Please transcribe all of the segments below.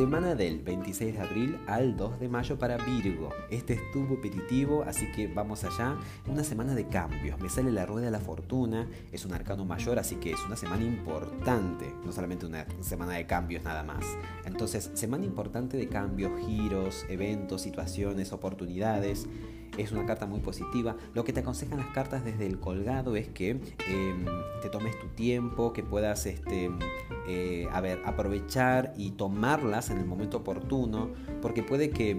Semana del 26 de abril al 2 de mayo para Virgo. Este es tu aperitivo, así que vamos allá. Una semana de cambios. Me sale la rueda de la fortuna. Es un arcano mayor, así que es una semana importante. No solamente una semana de cambios nada más. Entonces, semana importante de cambios, giros, eventos, situaciones, oportunidades. Es una carta muy positiva. Lo que te aconsejan las cartas desde el colgado es que te tomes tu tiempo, que puedas aprovechar y tomarlas en el momento oportuno, porque puede que,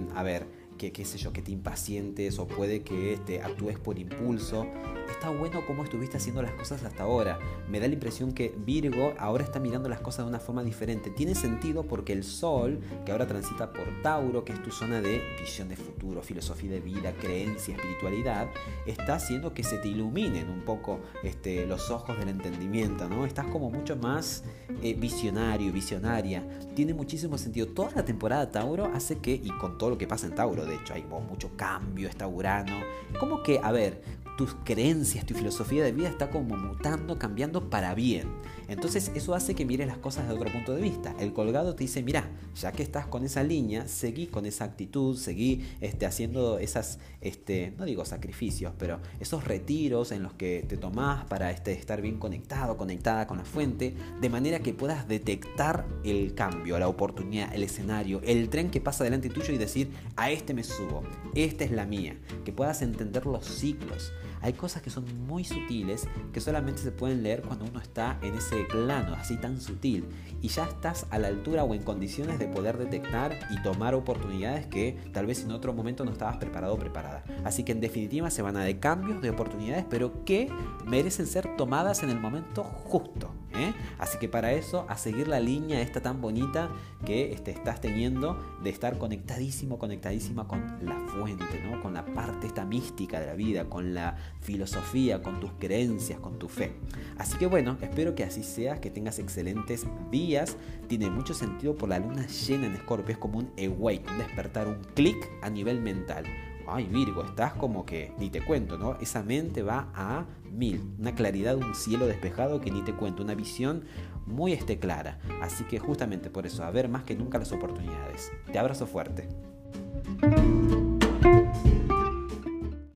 qué sé yo, que te impacientes o puede que actúes por impulso. Está bueno cómo estuviste haciendo las cosas hasta ahora. Me da la impresión que Virgo ahora está mirando las cosas de una forma diferente. Tiene sentido porque el Sol, que ahora transita por Tauro, que es tu zona de visión de futuro, filosofía de vida, creencia, espiritualidad, está haciendo que se te iluminen un poco los ojos del entendimiento, ¿no? Estás como mucho más visionario, visionaria. Tiene muchísimo sentido. Toda la temporada Tauro hace que, y con todo lo que pasa en Tauro, de hecho, hay mucho cambio, está Urano. Como que, tus creencias, tu filosofía de vida está como mutando, cambiando para bien. Entonces eso hace que mires las cosas de otro punto de vista. El colgado te dice, mira, ya que estás con esa línea, seguí con esa actitud, seguí haciendo esas, no digo sacrificios, pero esos retiros en los que te tomás para estar bien conectado, conectada con la fuente, de manera que puedas detectar el cambio, la oportunidad, el escenario, el tren que pasa delante tuyo y decir, a me subo, esta es la mía. Que puedas entender los ciclos. Hay cosas que son muy sutiles que solamente se pueden leer cuando uno está en ese plano así tan sutil y ya estás a la altura o en condiciones de poder detectar y tomar oportunidades que tal vez en otro momento no estabas preparado o preparada. Así que en definitiva semana de cambios, de oportunidades, pero que merecen ser tomadas en el momento justo. Así que para eso, a seguir la línea esta tan bonita que estás teniendo de estar conectadísima con la fuente, ¿no? Con la parte esta mística de la vida, con la filosofía, con tus creencias, con tu fe. Así que bueno, espero que así sea, que tengas excelentes días. Tiene mucho sentido por la luna llena en Escorpio, es como un awake, un despertar, un clic a nivel mental. Ay, Virgo, estás como que, ni te cuento, ¿no? Esa mente va a 1000, una claridad, un cielo despejado que ni te cuento, una visión muy clara. Así que justamente por eso, a ver más que nunca las oportunidades. Te abrazo fuerte.